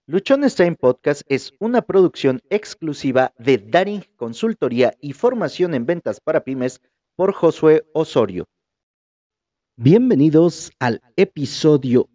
Luchones Time Podcast es una producción exclusiva de Daring Consultoría y Formación en Ventas para Pymes por Josué Osorio. Bienvenidos al episodio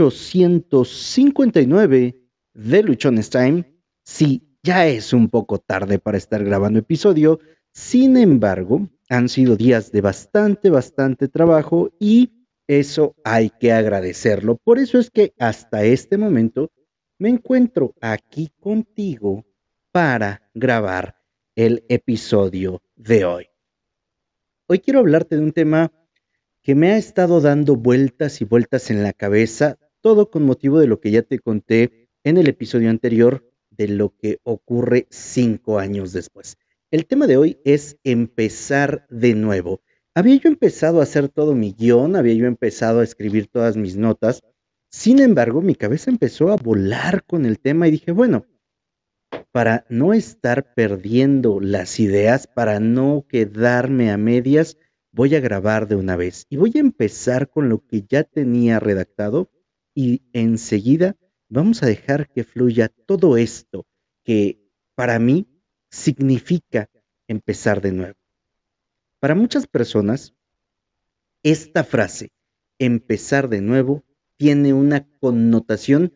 859 de Luchones Time. Sí, ya es un poco tarde para estar grabando episodio, sin embargo, han sido días de bastante trabajo y eso hay que agradecerlo. Por eso es que hasta este momento me encuentro aquí contigo para grabar el episodio de hoy. Hoy quiero hablarte de un tema que me ha estado dando vueltas y vueltas en la cabeza, todo con motivo de lo que ya te conté en el episodio anterior de lo que ocurre 5 años después. El tema de hoy es empezar de nuevo. Había yo empezado a hacer todo mi guión, había yo empezado a escribir todas mis notas, sin embargo mi cabeza empezó a volar con el tema y dije, bueno, para no estar perdiendo las ideas, para no quedarme a medias, voy a grabar de una vez y voy a empezar con lo que ya tenía redactado y enseguida vamos a dejar que fluya todo esto que para mí significa empezar de nuevo. Para muchas personas, esta frase, empezar de nuevo, tiene una connotación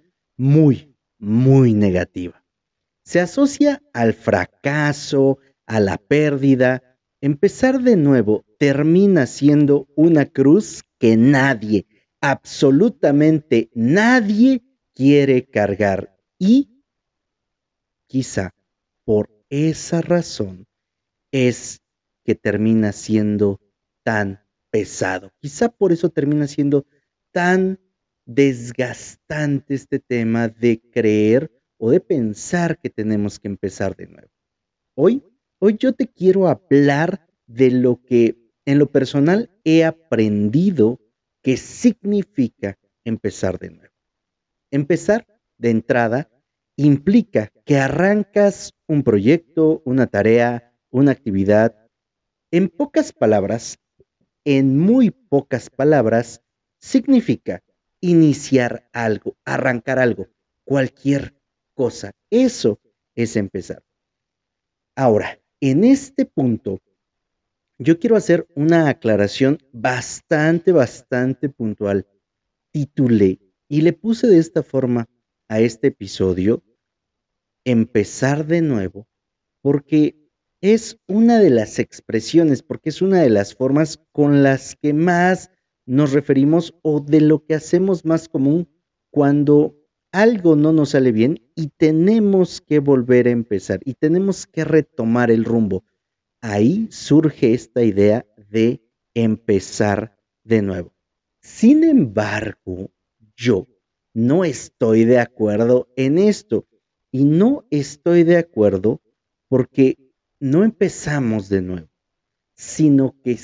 muy negativa. Se asocia al fracaso, a la pérdida. Empezar de nuevo termina siendo una cruz que nadie, absolutamente nadie quiere cargar. Y quizá por esa razón es que termina siendo tan pesado. Quizá por eso termina siendo tan desgastante este tema de creer o de pensar que tenemos que empezar de nuevo. Hoy, hoy yo te quiero hablar de lo que en lo personal he aprendido que significa empezar de nuevo. Empezar de entrada implica que arrancas un proyecto, una tarea, una actividad. En pocas palabras, en muy pocas palabras, significa iniciar algo, arrancar algo, cualquier cosa. Eso es empezar. Ahora, en este punto, yo quiero hacer una aclaración bastante puntual. Titulé y le puse de esta forma a este episodio, empezar de nuevo, porque es una de las expresiones, porque es una de las formas con las que más nos referimos o de lo que hacemos más común cuando algo no nos sale bien y tenemos que volver a empezar y tenemos que retomar el rumbo. Ahí surge esta idea de empezar de nuevo. Sin embargo, yo no estoy de acuerdo en esto y no estoy de acuerdo porque no empezamos de nuevo, sino que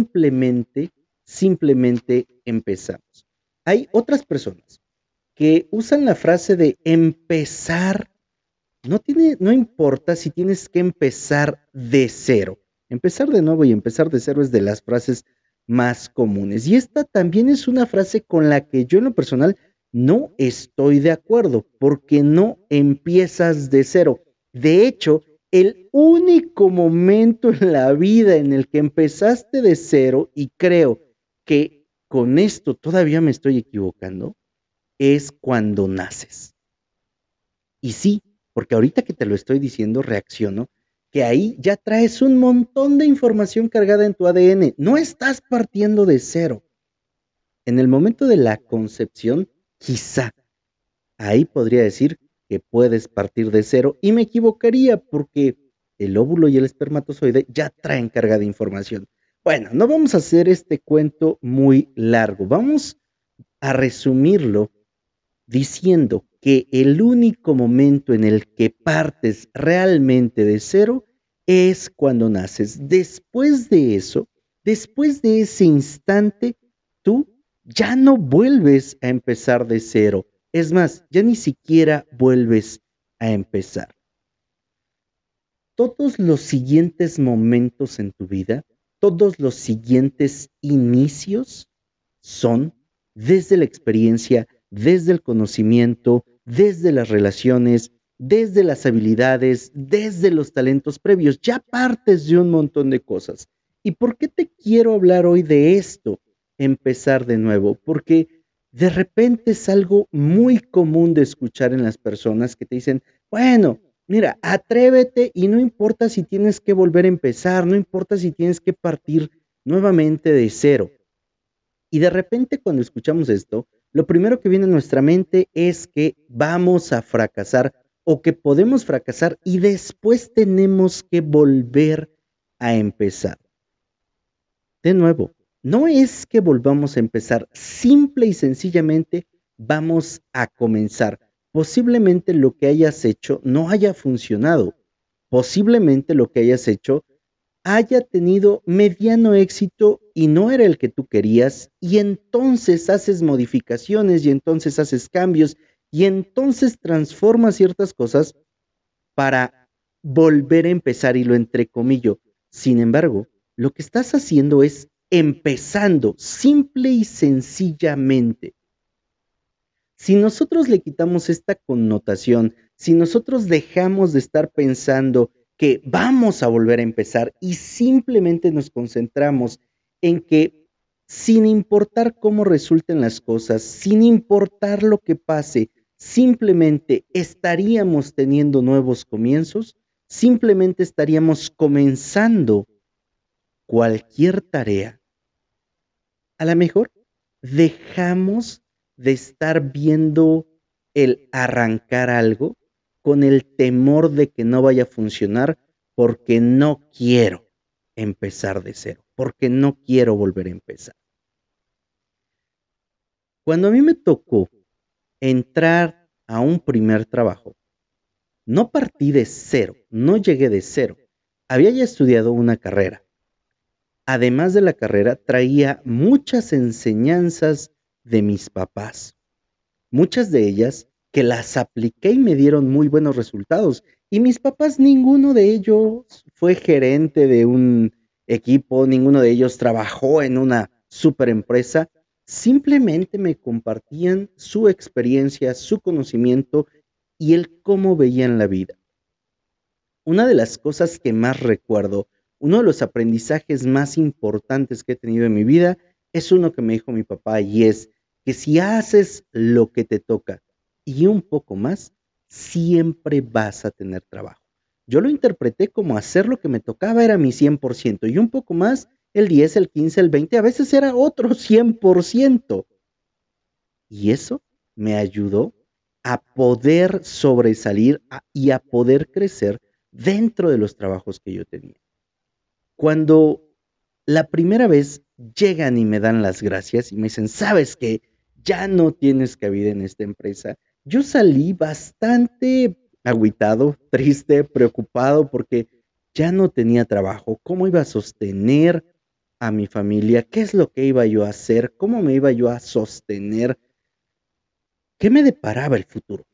simplemente empezamos. Hay otras personas que usan la frase de empezar. No importa si tienes que empezar de cero. Empezar de nuevo y empezar de cero es de las frases más comunes. Y esta también es una frase con la que yo en lo personal no estoy de acuerdo, porque no empiezas de cero. De hecho, el único momento en la vida en el que empezaste de cero, y creo que con esto todavía me estoy equivocando, es cuando naces. Y sí, porque ahorita que te lo estoy diciendo, reacciono, que ahí ya traes un montón de información cargada en tu ADN. No estás partiendo de cero. En el momento de la concepción, quizá ahí podría decir que puedes partir de cero y me equivocaría porque el óvulo y el espermatozoide ya traen cargada información. Bueno, no vamos a hacer este cuento muy largo. Vamos a resumirlo diciendo que el único momento en el que partes realmente de cero es cuando naces. Después de eso, después de ese instante, tú ya no vuelves a empezar de cero. Es más, ya ni siquiera vuelves a empezar. Todos los siguientes momentos en tu vida, todos los siguientes inicios son desde la experiencia, desde el conocimiento, desde las relaciones, desde las habilidades, desde los talentos previos. Ya partes de un montón de cosas. ¿Y por qué te quiero hablar hoy de esto? Empezar de nuevo, porque de repente es algo muy común de escuchar en las personas que te dicen, bueno, mira, atrévete y no importa si tienes que volver a empezar, no importa si tienes que partir nuevamente de cero. Y de repente cuando escuchamos esto, lo primero que viene a nuestra mente es que vamos a fracasar o que podemos fracasar y después tenemos que volver a empezar. De nuevo, no es que volvamos a empezar, simple y sencillamente vamos a comenzar. Posiblemente lo que hayas hecho no haya funcionado. Posiblemente lo que hayas hecho haya tenido mediano éxito y no era el que tú querías, y entonces haces modificaciones y entonces haces cambios y entonces transformas ciertas cosas para volver a empezar y lo entrecomillo. Sin embargo, lo que estás haciendo es empezando simple y sencillamente. Si nosotros le quitamos esta connotación, si nosotros dejamos de estar pensando que vamos a volver a empezar y simplemente nos concentramos en que sin importar cómo resulten las cosas, sin importar lo que pase, simplemente estaríamos teniendo nuevos comienzos, simplemente estaríamos comenzando cualquier tarea, a lo mejor dejamos de estar viendo el arrancar algo con el temor de que no vaya a funcionar porque no quiero empezar de cero, porque no quiero volver a empezar. Cuando a mí me tocó entrar a un primer trabajo, no partí de cero, no llegué de cero. Había ya estudiado una carrera. Además de la carrera, traía muchas enseñanzas de mis papás, muchas de ellas que las apliqué y me dieron muy buenos resultados. Y mis papás, ninguno de ellos fue gerente de un equipo, ninguno de ellos trabajó en una super empresa, simplemente me compartían su experiencia, su conocimiento y el cómo veían la vida. Una de las cosas que más recuerdo, uno de los aprendizajes más importantes que he tenido en mi vida, es uno que me dijo mi papá y es que si haces lo que te toca y un poco más, siempre vas a tener trabajo. Yo lo interpreté como hacer lo que me tocaba era mi 100% y un poco más, el 10, el 15, el 20, a veces era otro 100%. Y eso me ayudó a poder sobresalir y a poder crecer dentro de los trabajos que yo tenía. Cuando la primera vez llegan y me dan las gracias y me dicen, sabes que ya no tienes cabida en esta empresa, yo salí bastante agüitado, triste, preocupado porque ya no tenía trabajo, cómo iba a sostener a mi familia, qué es lo que iba yo a hacer, cómo me iba yo a sostener, qué me deparaba el futuro.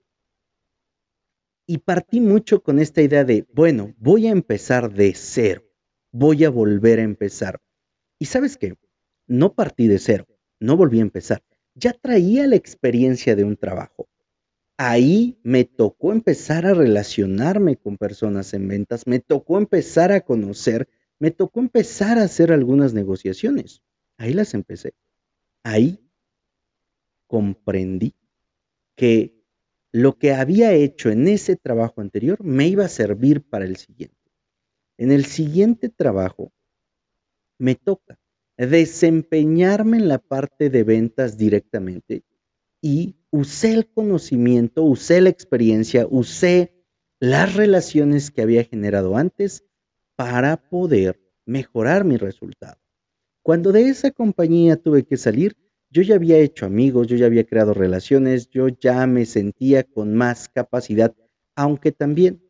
Y partí mucho con esta idea de, bueno, voy a empezar de cero, voy a volver a empezar. ¿Y sabes qué? No partí de cero, no volví a empezar. Ya traía la experiencia de un trabajo. Ahí me tocó empezar a relacionarme con personas en ventas, me tocó empezar a conocer, me tocó empezar a hacer algunas negociaciones. Ahí las empecé. Ahí comprendí que lo que había hecho en ese trabajo anterior me iba a servir para el siguiente. En el siguiente trabajo me toca desempeñarme en la parte de ventas directamente y usé el conocimiento, usé la experiencia, usé las relaciones que había generado antes para poder mejorar mi resultado. Cuando de esa compañía tuve que salir, yo ya había hecho amigos, yo ya había creado relaciones, yo ya me sentía con más capacidad, aunque también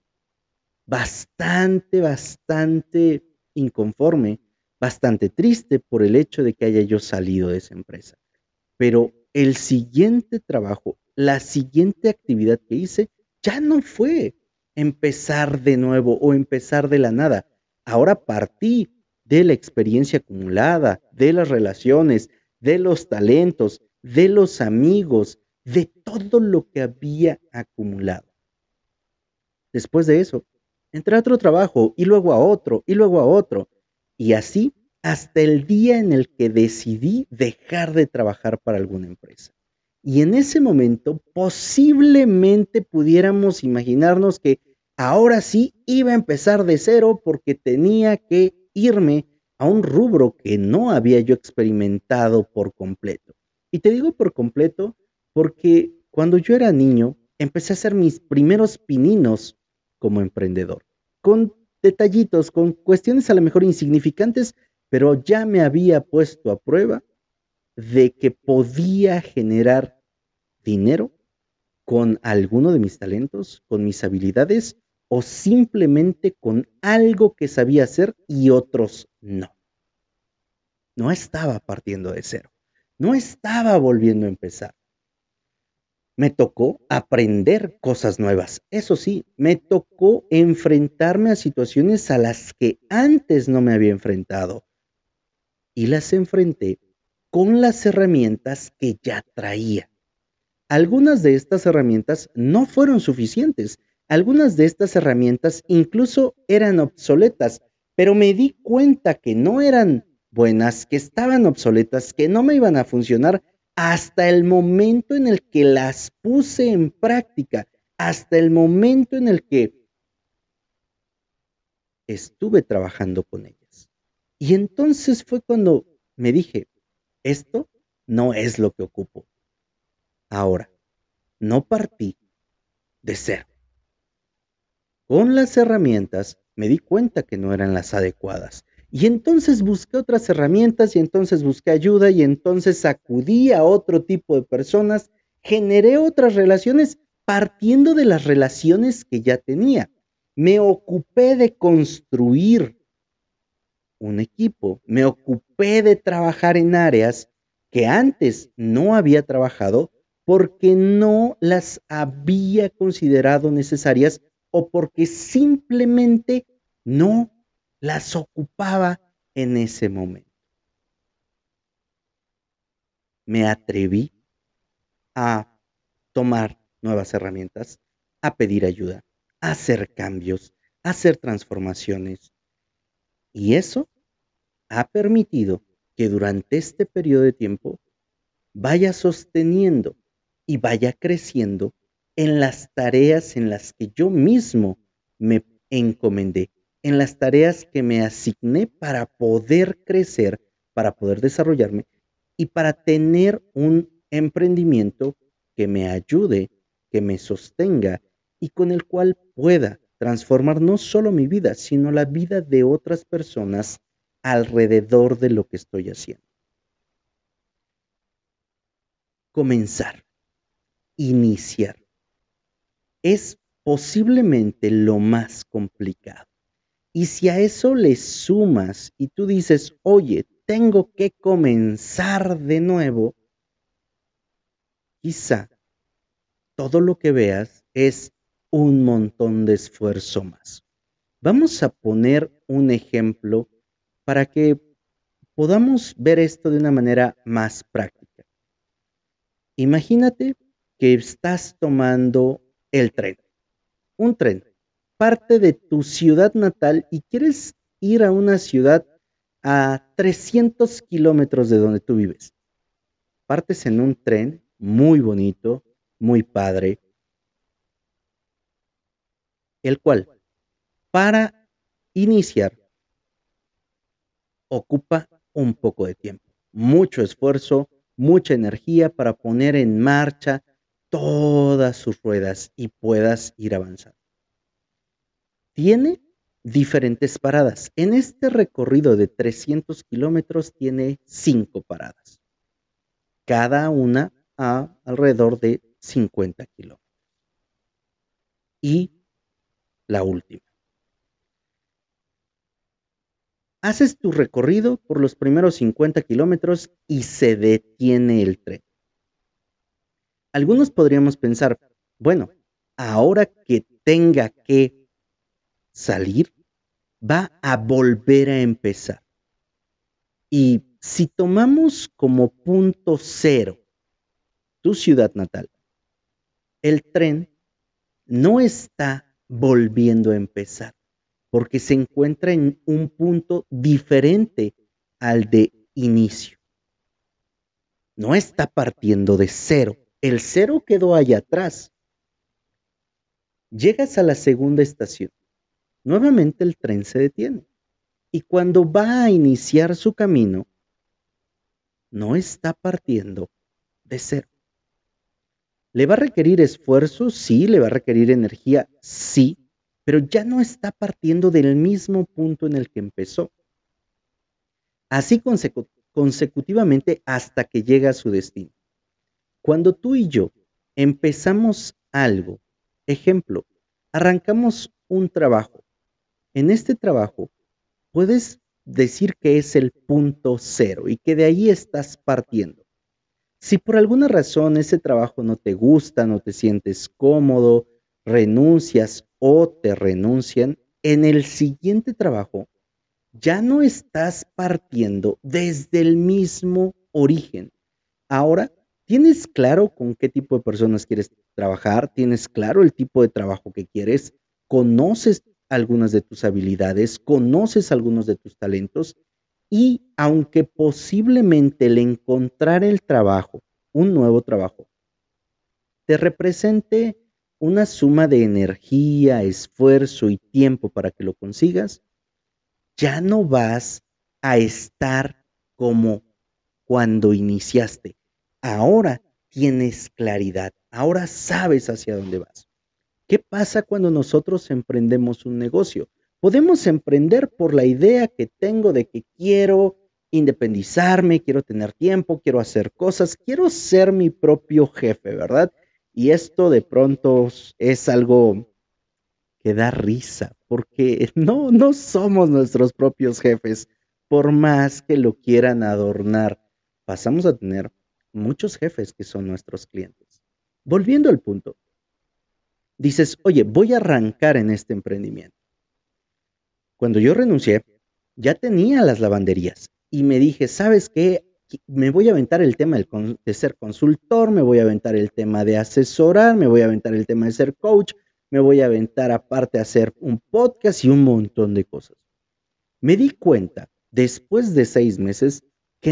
bastante inconforme, bastante triste por el hecho de que haya yo salido de esa empresa. Pero el siguiente trabajo, la siguiente actividad que hice, ya no fue empezar de nuevo o empezar de la nada. Ahora partí de la experiencia acumulada, de las relaciones, de los talentos, de los amigos, de todo lo que había acumulado. Después de eso, entré a otro trabajo y luego a otro y luego a otro. Y así hasta el día en el que decidí dejar de trabajar para alguna empresa. Y en ese momento posiblemente pudiéramos imaginarnos que ahora sí iba a empezar de cero porque tenía que irme a un rubro que no había yo experimentado por completo. Y te digo por completo porque cuando yo era niño empecé a hacer mis primeros pininos como emprendedor, con detallitos, con cuestiones a lo mejor insignificantes, pero ya me había puesto a prueba de que podía generar dinero con alguno de mis talentos, con mis habilidades o simplemente con algo que sabía hacer y otros no. No estaba partiendo de cero, no estaba volviendo a empezar. Me tocó aprender cosas nuevas. Eso sí, me tocó enfrentarme a situaciones a las que antes no me había enfrentado y las enfrenté con las herramientas que ya traía. Algunas de estas herramientas no fueron suficientes. Algunas de estas herramientas incluso eran obsoletas, pero me di cuenta que no eran buenas, que estaban obsoletas, que no me iban a funcionar hasta el momento en el que las puse en práctica, hasta el momento en el que estuve trabajando con ellas. Y entonces fue cuando me dije, esto no es lo que ocupo. Ahora, no partí de cero. Con las herramientas me di cuenta que no eran las adecuadas. Y entonces busqué otras herramientas y entonces busqué ayuda y entonces acudí a otro tipo de personas, generé otras relaciones partiendo de las relaciones que ya tenía. Me ocupé de construir un equipo, me ocupé de trabajar en áreas que antes no había trabajado porque no las había considerado necesarias o porque simplemente no las ocupaba en ese momento. Me atreví a tomar nuevas herramientas, a pedir ayuda, a hacer cambios, a hacer transformaciones. Y eso ha permitido que durante este periodo de tiempo vaya sosteniendo y vaya creciendo en las tareas en las que yo mismo me encomendé, en las tareas que me asigné para poder crecer, para poder desarrollarme y para tener un emprendimiento que me ayude, que me sostenga y con el cual pueda transformar no solo mi vida, sino la vida de otras personas alrededor de lo que estoy haciendo. Comenzar, iniciar, es posiblemente lo más complicado. Y si a eso le sumas y tú dices, oye, tengo que comenzar de nuevo, quizá todo lo que veas es un montón de esfuerzo más. Vamos a poner un ejemplo para que podamos ver esto de una manera más práctica. Imagínate que estás tomando el tren, un tren, parte de tu ciudad natal y quieres ir a una ciudad a 300 kilómetros de donde tú vives. Partes en un tren muy bonito, muy padre, el cual para iniciar ocupa un poco de tiempo, mucho esfuerzo, mucha energía para poner en marcha todas sus ruedas y puedas ir avanzando. Tiene diferentes paradas. En este recorrido de 300 kilómetros tiene 5 paradas, cada una a alrededor de 50 kilómetros. Y la última. Haces tu recorrido por los primeros 50 kilómetros y se detiene el tren. Algunos podríamos pensar, bueno, ahora que tenga que salir, va a volver a empezar. Y si tomamos como punto cero tu ciudad natal, el tren no está volviendo a empezar, porque se encuentra en un punto diferente al de inicio. No está partiendo de cero. El cero quedó allá atrás. Llegas a la segunda estación. Nuevamente el tren se detiene. Y cuando va a iniciar su camino, no está partiendo de cero. ¿Le va a requerir esfuerzo? Sí. ¿Le va a requerir energía? Sí. Pero ya no está partiendo del mismo punto en el que empezó. Así consecutivamente hasta que llega a su destino. Cuando tú y yo empezamos algo, ejemplo, arrancamos un trabajo. En este trabajo puedes decir que es el punto cero y que de ahí estás partiendo. Si por alguna razón ese trabajo no te gusta, no te sientes cómodo, renuncias o te renuncian, en el siguiente trabajo ya no estás partiendo desde el mismo origen. Ahora, ¿tienes claro con qué tipo de personas quieres trabajar? ¿Tienes claro el tipo de trabajo que quieres? ¿Conoces algunas de tus habilidades? ¿Conoces algunos de tus talentos? Y aunque posiblemente el encontrar el trabajo, un nuevo trabajo, te represente una suma de energía, esfuerzo y tiempo para que lo consigas, ya no vas a estar como cuando iniciaste. Ahora tienes claridad, ahora sabes hacia dónde vas. ¿Qué pasa cuando nosotros emprendemos un negocio? Podemos emprender por la idea que tengo de que quiero independizarme, quiero tener tiempo, quiero hacer cosas, quiero ser mi propio jefe, ¿verdad? Y esto de pronto es algo que da risa, porque no somos nuestros propios jefes, por más que lo quieran adornar. Pasamos a tener muchos jefes que son nuestros clientes. Volviendo al punto, dices, oye, voy a arrancar en este emprendimiento. Cuando yo renuncié, ya tenía las lavanderías y me dije, ¿sabes qué? Me voy a aventar el tema de ser consultor, me voy a aventar el tema de asesorar, me voy a aventar el tema de ser coach, me voy a aventar aparte a hacer un podcast y un montón de cosas. Me di cuenta después de 6 meses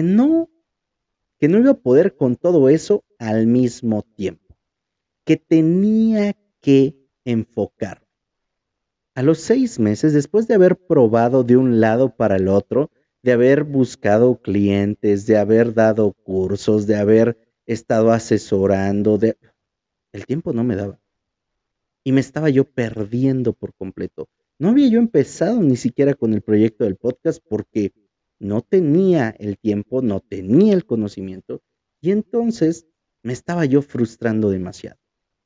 que no iba a poder con todo eso al mismo tiempo, que tenía que enfocar. A los 6 meses, después de haber probado de un lado para el otro, de haber buscado clientes, de haber dado cursos, de haber estado asesorando, el tiempo no me daba. Y me estaba yo perdiendo por completo. No había yo empezado ni siquiera con el proyecto del podcast porque no tenía el tiempo, no tenía el conocimiento y entonces me estaba yo frustrando demasiado.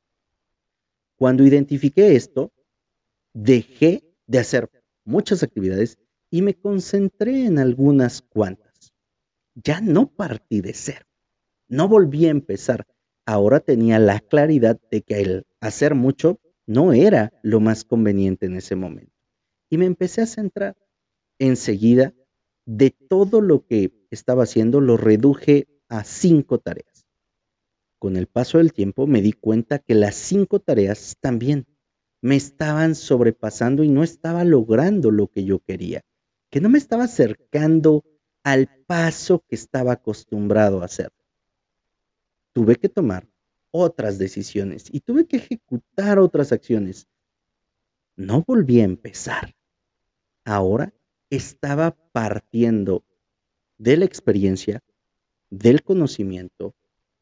Cuando identifiqué esto, dejé de hacer muchas actividades y me concentré en algunas cuantas. Ya no partí de cero, no volví a empezar. Ahora tenía la claridad de que el hacer mucho no era lo más conveniente en ese momento. Y me empecé a centrar. Enseguida, de todo lo que estaba haciendo, lo reduje a 5 tareas. Con el paso del tiempo me di cuenta que las 5 tareas también me estaban sobrepasando y no estaba logrando lo que yo quería, que no me estaba acercando al paso que estaba acostumbrado a hacer. Tuve que tomar otras decisiones y tuve que ejecutar otras acciones. No volví a empezar. Ahora estaba partiendo de la experiencia, del conocimiento,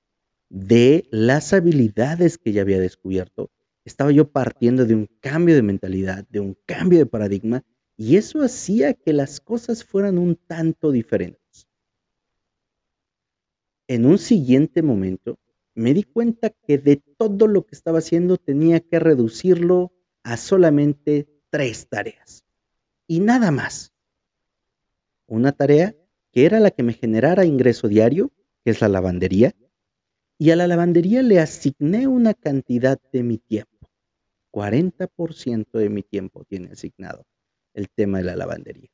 de las habilidades que ya había descubierto. Estaba yo partiendo de un cambio de mentalidad, de un cambio de paradigma, y eso hacía que las cosas fueran un tanto diferentes. En un siguiente momento, me di cuenta que de todo lo que estaba haciendo tenía que reducirlo a solamente 3 tareas y nada más. Una tarea que era la que me generara ingreso diario, que es la lavandería, y a la lavandería le asigné una cantidad de mi tiempo. 40% de mi tiempo tiene asignado el tema de la lavandería.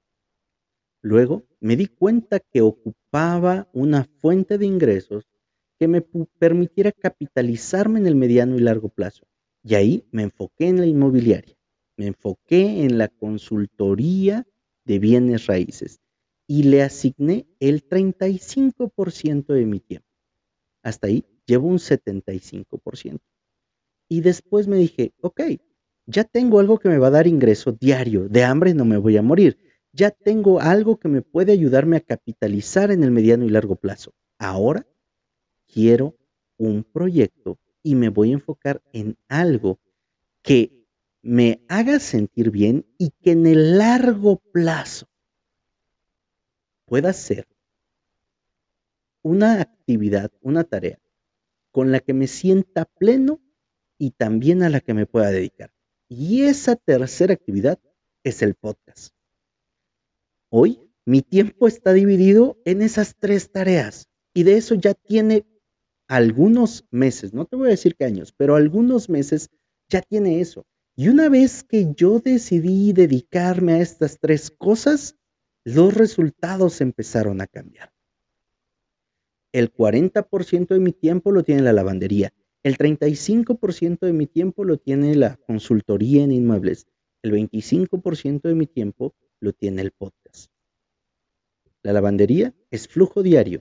Luego me di cuenta que ocupaba una fuente de ingresos que me permitiera capitalizarme en el mediano y largo plazo. Y ahí me enfoqué en la inmobiliaria, me enfoqué en la consultoría de bienes raíces y le asigné el 35% de mi tiempo. Hasta ahí llevo un 75%. Y después me dije, ok, ya tengo algo que me va a dar ingreso diario, de hambre no me voy a morir. Ya tengo algo que me puede ayudarme a capitalizar en el mediano y largo plazo. Ahora quiero un proyecto y me voy a enfocar en algo que me haga sentir bien y que en el largo plazo pueda ser una actividad, una tarea con la que me sienta pleno y también a la que me pueda dedicar. Y esa tercera actividad es el podcast. Hoy mi tiempo está dividido en esas tres tareas y de eso ya tiene algunos meses, no te voy a decir qué años, pero algunos meses ya tiene eso. Y una vez que yo decidí dedicarme a estas tres cosas, los resultados empezaron a cambiar. El 40% de mi tiempo lo tiene la lavandería, el 35% de mi tiempo lo tiene la consultoría en inmuebles, el 25% de mi tiempo lo tiene el podcast. La lavandería es flujo diario,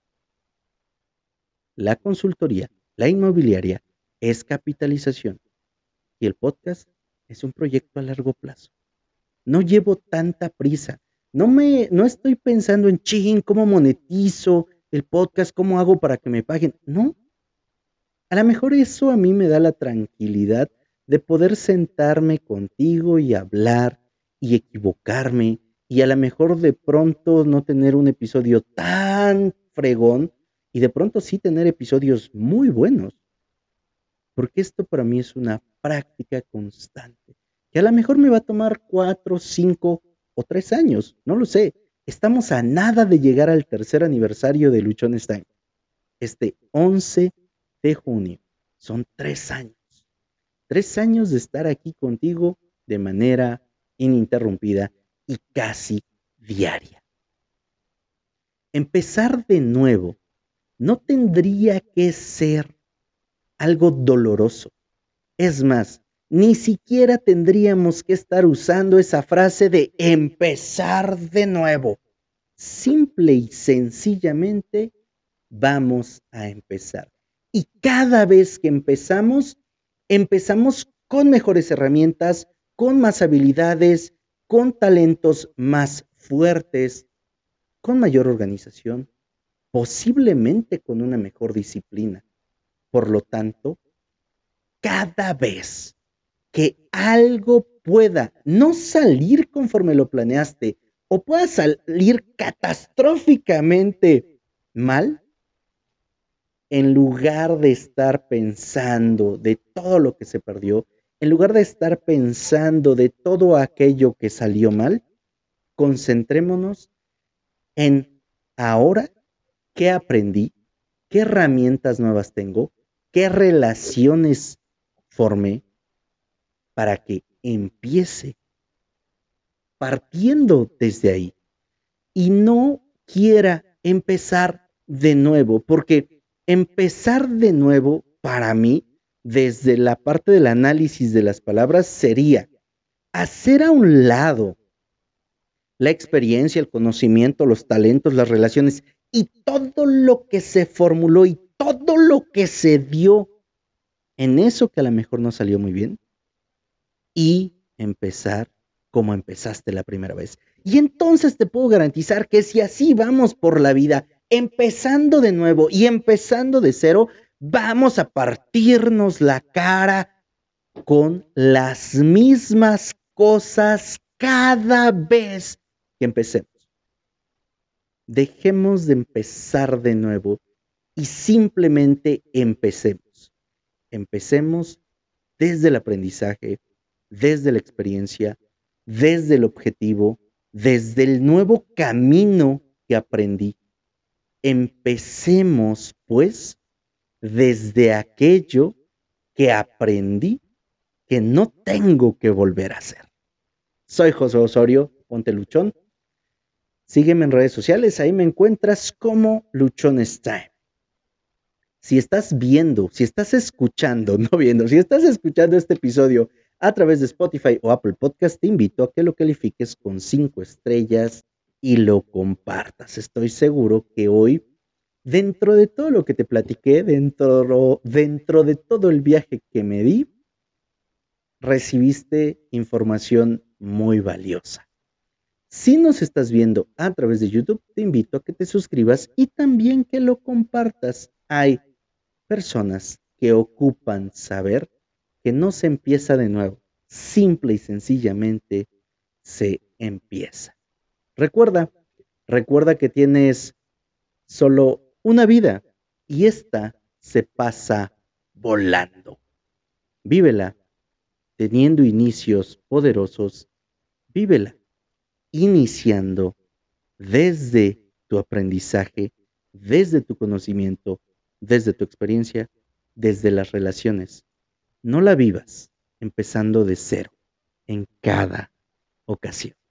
la consultoría, la inmobiliaria es capitalización y el podcast es un proyecto a largo plazo. No llevo tanta prisa. No estoy pensando en cómo monetizo el podcast, cómo hago para que me paguen. No, a lo mejor eso a mí me da la tranquilidad de poder sentarme contigo y hablar y equivocarme y a lo mejor de pronto no tener un episodio tan fregón y de pronto sí tener episodios muy buenos, porque esto para mí es una práctica constante, que a lo mejor me va a tomar 4, 5 o 3 años, no lo sé. Estamos a nada de llegar al tercer aniversario de Luchones Time, este 11 de junio. Son 3 años. 3 años de estar aquí contigo de manera ininterrumpida y casi diaria. Empezar de nuevo no tendría que ser algo doloroso. Es más, ni siquiera tendríamos que estar usando esa frase de empezar de nuevo. Simple y sencillamente vamos a empezar. Y cada vez que empezamos, empezamos con mejores herramientas, con más habilidades, con talentos más fuertes, con mayor organización, posiblemente con una mejor disciplina. Por lo tanto, cada vez que algo pueda no salir conforme lo planeaste o pueda salir catastróficamente mal, en lugar de estar pensando de todo lo que se perdió, en lugar de estar pensando de todo aquello que salió mal, concentrémonos en ahora qué aprendí, qué herramientas nuevas tengo, qué relaciones formé para que empiece partiendo desde ahí y no quiera empezar de nuevo, porque empezar de nuevo para mí, desde la parte del análisis de las palabras, sería hacer a un lado la experiencia, el conocimiento, los talentos, las relaciones y todo lo que se formuló y todo lo que se dio en eso que a lo mejor no salió muy bien y empezar como empezaste la primera vez. Y entonces te puedo garantizar que si así vamos por la vida, empezando de nuevo y empezando de cero, vamos a partirnos la cara con las mismas cosas cada vez que empecemos. Dejemos de empezar de nuevo y simplemente empecemos. Empecemos desde el aprendizaje, desde la experiencia, desde el objetivo, desde el nuevo camino que aprendí. Empecemos, pues, desde aquello que aprendí que no tengo que volver a hacer. Soy José Osorio, ponte luchón. Sígueme en redes sociales, ahí me encuentras como Luchones Time. Si estás viendo, si estás escuchando, no viendo, si estás escuchando este episodio a través de Spotify o Apple Podcast, te invito a que lo califiques con 5 estrellas y lo compartas. Estoy seguro que hoy, dentro de todo lo que te platiqué, dentro de todo el viaje que me di, recibiste información muy valiosa. Si nos estás viendo a través de YouTube, te invito a que te suscribas y también que lo compartas. Hay personas que ocupan saber que no se empieza de nuevo, simple y sencillamente se empieza. Recuerda, recuerda que tienes solo una vida y esta se pasa volando. Vívela teniendo inicios poderosos, vívela iniciando desde tu aprendizaje, desde tu conocimiento, desde tu experiencia, desde las relaciones. No la vivas empezando de cero en cada ocasión.